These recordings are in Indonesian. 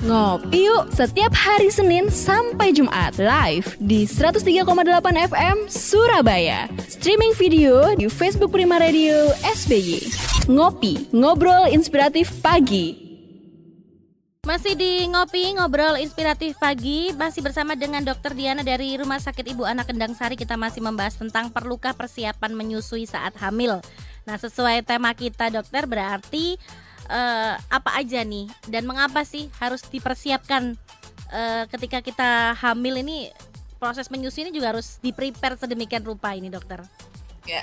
Ngopi yuk setiap hari Senin sampai Jumat live di 103,8 FM Surabaya. Streaming video di Facebook Prima Radio SBY. Ngopi, ngobrol inspiratif pagi. Masih di Ngopi, ngobrol inspiratif pagi, masih bersama dengan Dr. Diana dari Rumah Sakit Ibu Anak Kendang Sari. Kita masih membahas tentang perlukah persiapan menyusui saat hamil. Nah, sesuai tema kita dokter, berarti apa aja nih dan mengapa sih harus dipersiapkan ketika kita hamil ini, proses menyusui ini juga harus di-prepare sedemikian rupa ini dokter? Ya,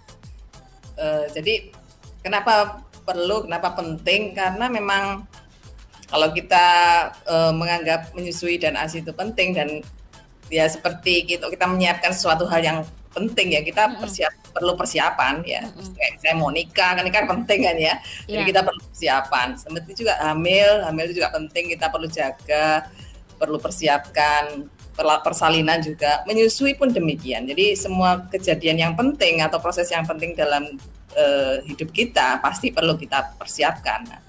jadi kenapa perlu, kenapa penting, karena memang kalau kita menganggap menyusui dan ASI itu penting dan ya seperti kita menyiapkan sesuatu hal yang penting ya, kita perlu persiapan ya. Saya mau nikah, kan nikah penting kan ya. Jadi kita perlu persiapan. Seperti juga hamil itu juga penting, kita perlu jaga, perlu persiapkan. Persalinan juga, menyusui pun demikian. Jadi semua kejadian yang penting atau proses yang penting dalam hidup kita pasti perlu kita persiapkan. Nah,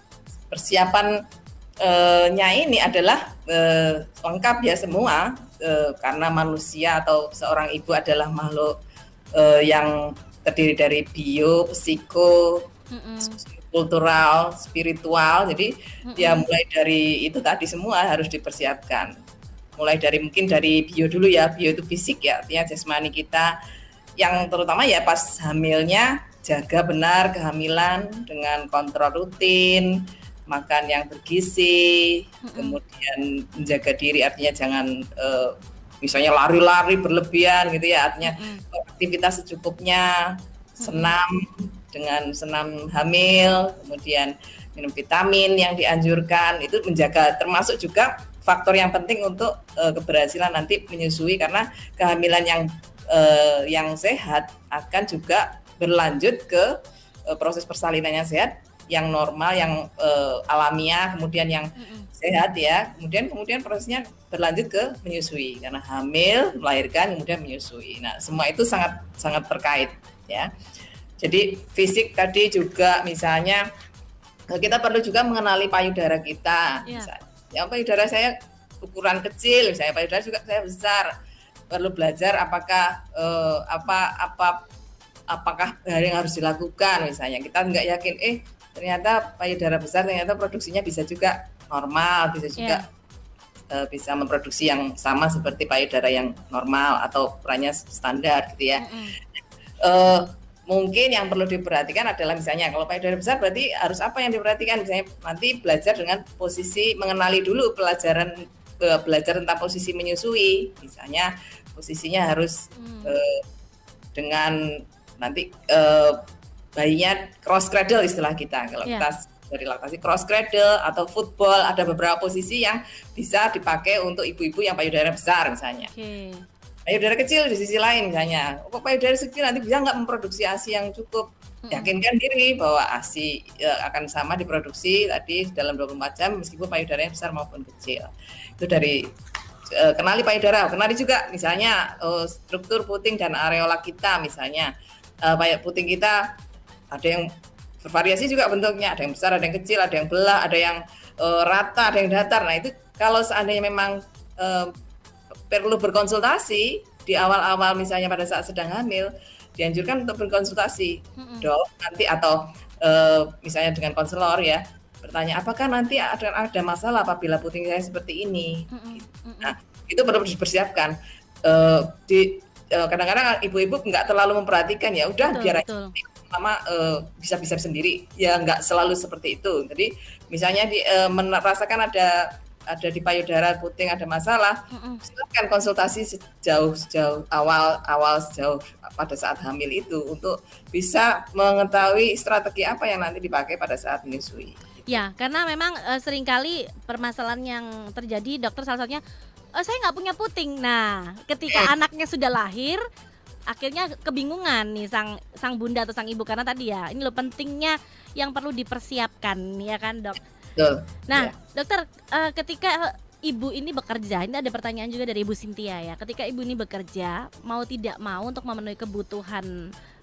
persiapannya ini adalah lengkap ya semua, karena manusia atau seorang ibu adalah makhluk yang terdiri dari bio, psiko, kultural, spiritual. Jadi ya mulai dari itu tadi semua harus dipersiapkan. Mulai dari mungkin dari bio dulu ya, bio itu fisik ya, artinya jasmani kita yang terutama ya pas hamilnya jaga benar kehamilan dengan kontrol rutin, makan yang bergizi, kemudian menjaga diri artinya jangan misalnya lari-lari berlebihan gitu ya, artinya aktivitas secukupnya, senam dengan senam hamil, kemudian minum vitamin yang dianjurkan, itu menjaga, termasuk juga faktor yang penting untuk keberhasilan nanti menyusui, karena kehamilan yang sehat akan juga berlanjut ke proses persalinan yang sehat, yang normal, yang alamiah, kemudian yang sehat ya, kemudian prosesnya berlanjut ke menyusui, karena hamil, melahirkan, kemudian menyusui. Nah, semua itu sangat sangat terkait ya. Jadi fisik tadi juga, misalnya kita perlu juga mengenali payudara kita. Misalnya, yang payudara saya ukuran kecil, misalnya payudara juga saya besar, perlu belajar apakah apakah yang harus dilakukan. Misalnya kita nggak yakin, ternyata payudara besar, ternyata produksinya bisa juga normal, bisa juga bisa memproduksi yang sama seperti payudara yang normal atau ukurannya standar gitu ya. Mungkin yang perlu diperhatikan adalah misalnya kalau payudara besar berarti harus apa yang diperhatikan, misalnya nanti belajar dengan posisi, mengenali dulu belajar tentang posisi menyusui, misalnya posisinya harus dengan nanti bayinya cross cradle istilah kita, kalau kita dari laktasi cross cradle atau football, ada beberapa posisi yang bisa dipakai untuk ibu-ibu yang payudara besar misalnya. Payudara kecil di sisi lain misalnya, kok payudara kecil nanti bisa nggak memproduksi ASI yang cukup? Yakinkan diri bahwa ASI akan sama diproduksi tadi dalam 24 jam meskipun payudaranya besar maupun kecil. Itu dari kenali payudara, kenali juga misalnya struktur puting dan areola kita, misalnya puting kita ada yang bervariasi juga bentuknya, ada yang besar, ada yang kecil, ada yang belah, ada yang rata, ada yang datar. Nah itu kalau seandainya memang perlu berkonsultasi di awal-awal, misalnya pada saat sedang hamil, dianjurkan untuk berkonsultasi dok nanti, atau misalnya dengan konselor ya, bertanya apakah nanti ada masalah apabila puting saya seperti ini. Nah itu perlu dipersiapkan. Kadang-kadang ibu-ibu nggak terlalu memperhatikan, ya udah biar aja lama bisa sendiri, ya nggak selalu seperti itu. Jadi misalnya merasakan ada di payudara puting ada masalah, silakan konsultasi sejauh awal sejauh pada saat hamil itu, untuk bisa mengetahui strategi apa yang nanti dipakai pada saat menyusui. Ya, karena memang seringkali permasalahan yang terjadi dokter, salah satunya saya nggak punya puting. Nah, ketika anaknya sudah lahir, akhirnya kebingungan nih sang bunda atau sang ibu, karena tadi ya ini loh pentingnya yang perlu dipersiapkan ya kan dok. Betul. Nah dokter, ketika ibu ini bekerja, ini ada pertanyaan juga dari Ibu Cynthia ya, ketika ibu ini bekerja mau tidak mau untuk memenuhi kebutuhan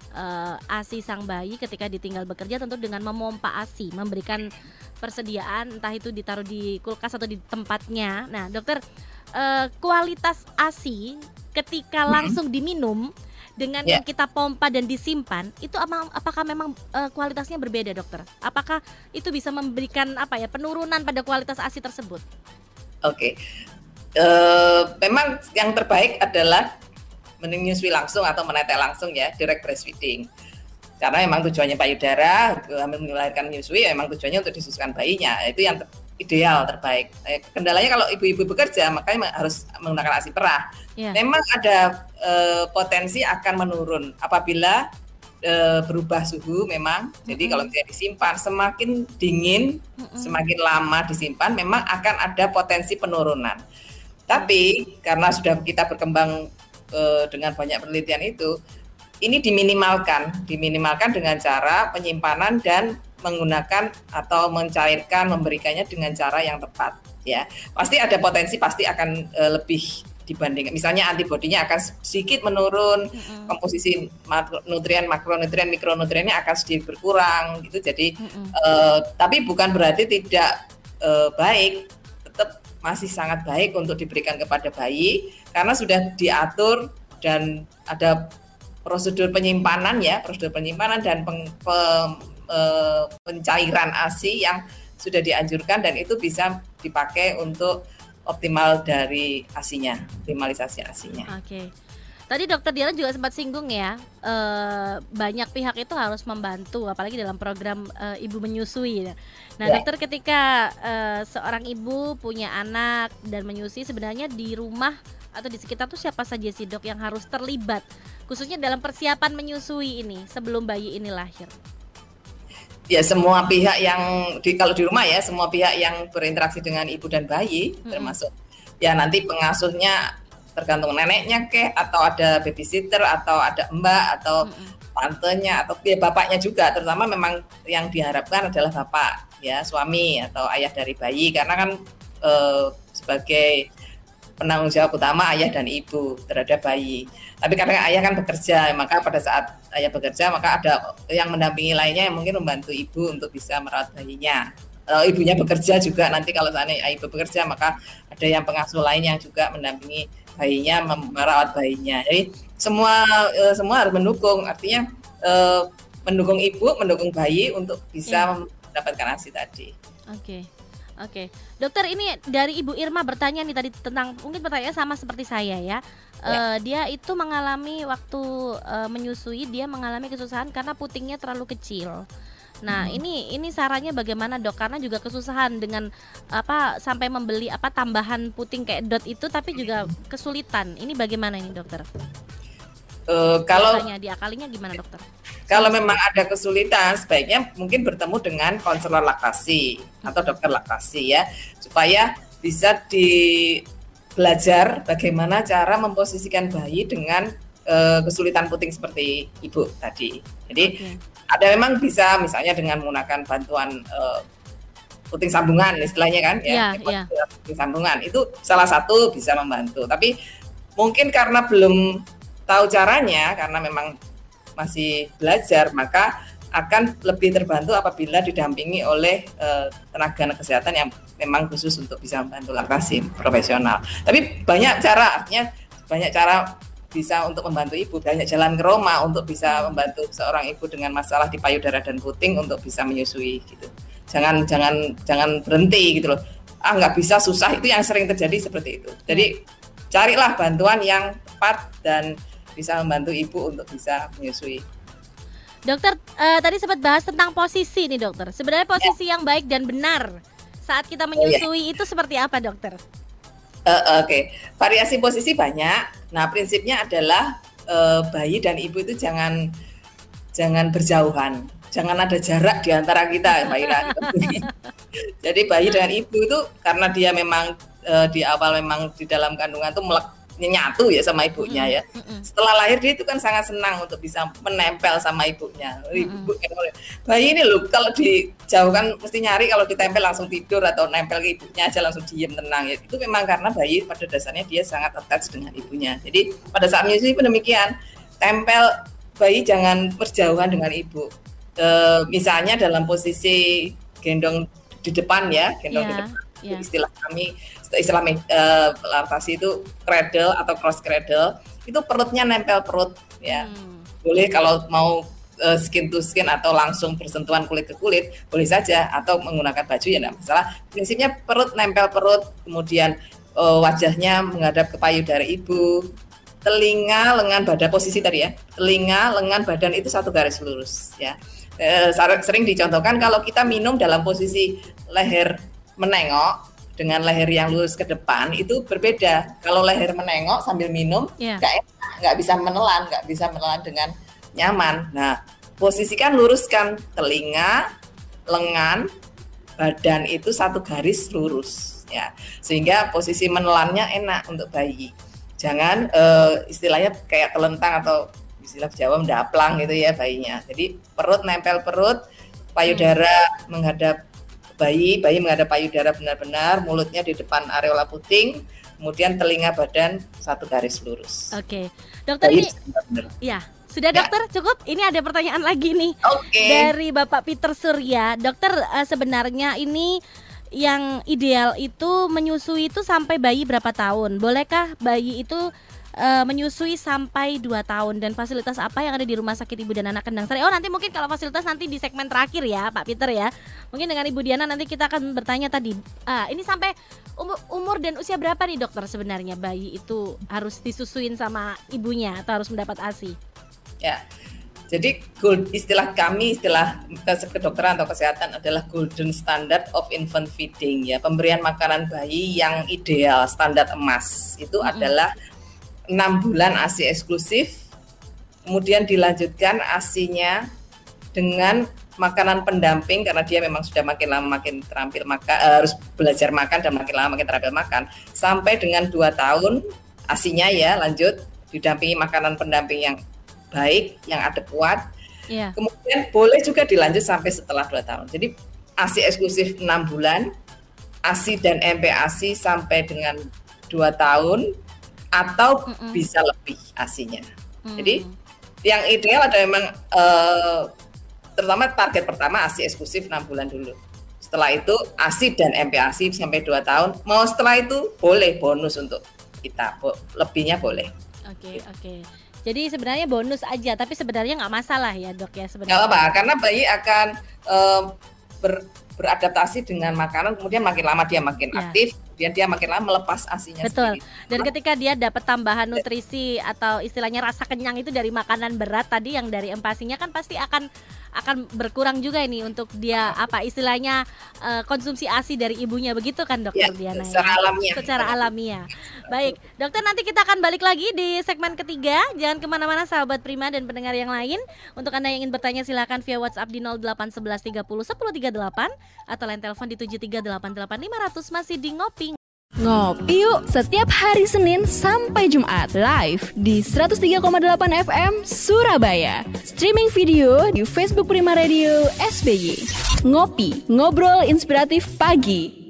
ASI sang bayi ketika ditinggal bekerja, tentu dengan memompa ASI, memberikan persediaan entah itu ditaruh di kulkas atau di tempatnya. Nah, dokter, kualitas ASI ketika langsung diminum dengan yang kita pompa dan disimpan itu apakah memang kualitasnya berbeda, dokter? Apakah itu bisa memberikan penurunan pada kualitas ASI tersebut? Oke. Memang yang terbaik adalah menyusui langsung atau menetes langsung ya, direct breastfeeding. Karena memang tujuannya payudara, melahirkan menyusui, memang tujuannya untuk disusukan bayinya. Itu yang ideal, terbaik. Kendalanya kalau ibu-ibu bekerja, makanya harus menggunakan ASI perah. Memang ada potensi akan menurun apabila berubah suhu memang. Jadi kalau dia disimpan, semakin dingin, semakin lama disimpan, memang akan ada potensi penurunan. Tapi karena sudah kita berkembang dengan banyak penelitian itu, ini diminimalkan dengan cara penyimpanan dan menggunakan atau mencairkan, memberikannya dengan cara yang tepat ya. Pasti ada potensi, pasti akan lebih dibandingkan. Misalnya antibodinya akan sedikit menurun, komposisi nutrien, makronutrien, mikronutriennya akan sedikit berkurang gitu. Jadi tapi bukan berarti tidak baik, tetap masih sangat baik untuk diberikan kepada bayi karena sudah diatur dan ada prosedur penyimpanan dan pencairan ASI yang sudah dianjurkan dan itu bisa dipakai untuk optimal dari ASINya, optimalisasi ASINya. Oke. Tadi Dokter Diana juga sempat singgung ya, banyak pihak itu harus membantu, apalagi dalam program ibu menyusui. Nah, dokter, ketika seorang ibu punya anak dan menyusui, sebenarnya di rumah atau di sekitar tuh siapa saja sih, Dok, yang harus terlibat, khususnya dalam persiapan menyusui ini sebelum bayi ini lahir? Ya, semua pihak yang kalau di rumah ya, semua pihak yang berinteraksi dengan ibu dan bayi, termasuk ya nanti pengasuhnya tergantung neneknya atau ada babysitter atau ada mbak atau tantenya atau ya bapaknya juga, terutama memang yang diharapkan adalah bapak ya, suami atau ayah dari bayi, karena kan sebagai penanggung jawab utama ayah dan ibu terhadap bayi. Tapi karena ayah kan bekerja, maka pada saat ayah bekerja maka ada yang mendampingi lainnya yang mungkin membantu ibu untuk bisa merawat bayinya. Ibunya bekerja juga, nanti kalau seandainya ibu bekerja maka ada yang pengasuh lain yang juga mendampingi bayinya, merawat bayinya. Jadi semua harus mendukung, artinya mendukung ibu, mendukung bayi untuk bisa mendapatkan ASI tadi. Oke. Dokter, ini dari Ibu Irma bertanya nih tadi tentang, mungkin pertanyaannya sama seperti saya ya. Dia itu mengalami waktu menyusui, dia mengalami kesusahan karena putingnya terlalu kecil. Nah, ini sarannya bagaimana, Dok? Karena juga kesusahan dengan sampai membeli tambahan puting kayak dot itu, tapi juga kesulitan. Ini bagaimana ini, Dokter? Kalau diakalinya gimana, Dokter? Kalau memang ada kesulitan, sebaiknya mungkin bertemu dengan konselor laktasi atau dokter laktasi ya, supaya bisa belajar bagaimana cara memposisikan bayi dengan kesulitan puting seperti ibu tadi. Jadi ada memang bisa misalnya dengan menggunakan bantuan puting sambungan istilahnya kan ya, puting sambungan itu salah satu bisa membantu. Tapi mungkin karena belum tahu caranya, karena memang masih belajar, maka akan lebih terbantu apabila didampingi oleh tenaga kesehatan yang memang khusus untuk bisa membantu laktasi profesional. Tapi banyak cara, artinya banyak cara bisa untuk membantu ibu, banyak jalan ke Roma untuk bisa membantu seorang ibu dengan masalah di payudara dan puting untuk bisa menyusui gitu. Jangan berhenti gitu loh. Nggak bisa, susah, itu yang sering terjadi seperti itu. Jadi carilah bantuan yang tepat dan bisa membantu ibu untuk bisa menyusui. Dokter, tadi sempat bahas tentang posisi nih, Dokter. Sebenarnya posisi yang baik dan benar saat kita menyusui itu seperti apa, Dokter? Oke. Variasi posisi banyak. Nah, prinsipnya adalah bayi dan ibu itu jangan berjauhan. Jangan ada jarak di antara kita, Mbak Ira. Jadi bayi dengan ibu itu karena dia memang di awal memang di dalam kandungan itu nyatu ya sama ibunya ya. Setelah lahir dia itu kan sangat senang untuk bisa menempel sama ibunya. Bayi ini loh kalau dijauhkan mesti nyari, kalau ditempel langsung tidur atau nempel ke ibunya aja langsung diem tenang ya. Itu memang karena bayi pada dasarnya dia sangat attach dengan ibunya. Jadi pada saat menyusui pun demikian, tempel bayi jangan berjauhan dengan ibu. Misalnya dalam posisi gendong di depan ya, gendong di depan. Istilah kami, istilah laktasi itu cradle atau cross cradle, itu perutnya nempel perut ya. Boleh kalau mau skin to skin atau langsung bersentuhan kulit ke kulit, boleh saja, atau menggunakan baju ya tidak masalah. Prinsipnya perut nempel perut, kemudian wajahnya menghadap ke payudara ibu, telinga, lengan, badan, posisi tadi ya, telinga, lengan, badan itu satu garis lurus ya. Sering dicontohkan kalau kita minum dalam posisi leher menengok dengan leher yang lurus ke depan itu berbeda. Kalau leher menengok sambil minum nggak bisa menelan dengan nyaman. Nah, posisikan luruskan telinga, lengan, badan itu satu garis lurus ya, sehingga posisi menelannya enak untuk bayi. Jangan istilahnya kayak telentang atau istilah Jawa mendaplang gitu ya bayinya. Jadi perut nempel perut, payudara menghadap bayi menghadap payudara benar-benar, mulutnya di depan areola puting, kemudian telinga badan satu garis lurus. Oke, dokter bayi ini ya sudah dokter cukup. Ini ada pertanyaan lagi nih dari Bapak Peter Surya. Dokter, sebenarnya ini yang ideal itu menyusui itu sampai bayi berapa tahun? Bolehkah bayi itu menyusui sampai 2 tahun, dan fasilitas apa yang ada di Rumah Sakit Ibu dan Anak Kendang Sari? Nanti mungkin kalau fasilitas nanti di segmen terakhir ya Pak Peter ya. Mungkin dengan Ibu Diana nanti kita akan bertanya tadi. Ini sampai umur dan usia berapa nih dokter sebenarnya bayi itu harus disusuin sama ibunya atau harus mendapat ASI? Ya. Jadi istilah kedokteran atau kesehatan adalah golden standard of infant feeding ya. Pemberian makanan bayi yang ideal, standar emas itu adalah 6 bulan ASI eksklusif, kemudian dilanjutkan ASI-nya dengan makanan pendamping karena dia memang sudah makin lama makin terampil makan, harus belajar makan dan makin lama makin terampil makan, sampai dengan 2 tahun ASI-nya ya lanjut didampingi makanan pendamping yang baik, yang adekuat. Kemudian boleh juga dilanjut sampai setelah 2 tahun. Jadi ASI eksklusif 6 bulan, ASI dan MPASI sampai dengan 2 tahun, atau bisa lebih ASI-nya. Jadi yang ideal ada memang terutama target pertama ASI eksklusif 6 bulan dulu. Setelah itu ASI dan MPASI sampai 2 tahun. Mau setelah itu boleh bonus untuk kita, lebihnya boleh. Oke. Jadi sebenarnya bonus aja, tapi sebenarnya nggak masalah ya dok ya sebenarnya. Nggak apa-apa, karena bayi akan beradaptasi dengan makanan, kemudian makin lama dia makin aktif, kemudian dia makin lama melepas ASI-nya. Betul. Dan ketika dia dapat tambahan nutrisi atau istilahnya rasa kenyang itu dari makanan berat tadi yang dari empasinya kan pasti akan berkurang juga ini untuk dia istilahnya konsumsi ASI dari ibunya, begitu kan dokter Diana? Secara alamiah. Baik, dokter, nanti kita akan balik lagi di segmen ketiga. Jangan kemana-mana sahabat Prima dan pendengar yang lain. Untuk Anda yang ingin bertanya silakan via WhatsApp di 0811 30 10 38 atau line telepon di 7388500. Masih di Ngopi. Ngopi yuk setiap hari Senin sampai Jumat live di 103,8 FM Surabaya. Streaming video di Facebook Prima Radio SBY. Ngopi, ngobrol inspiratif pagi.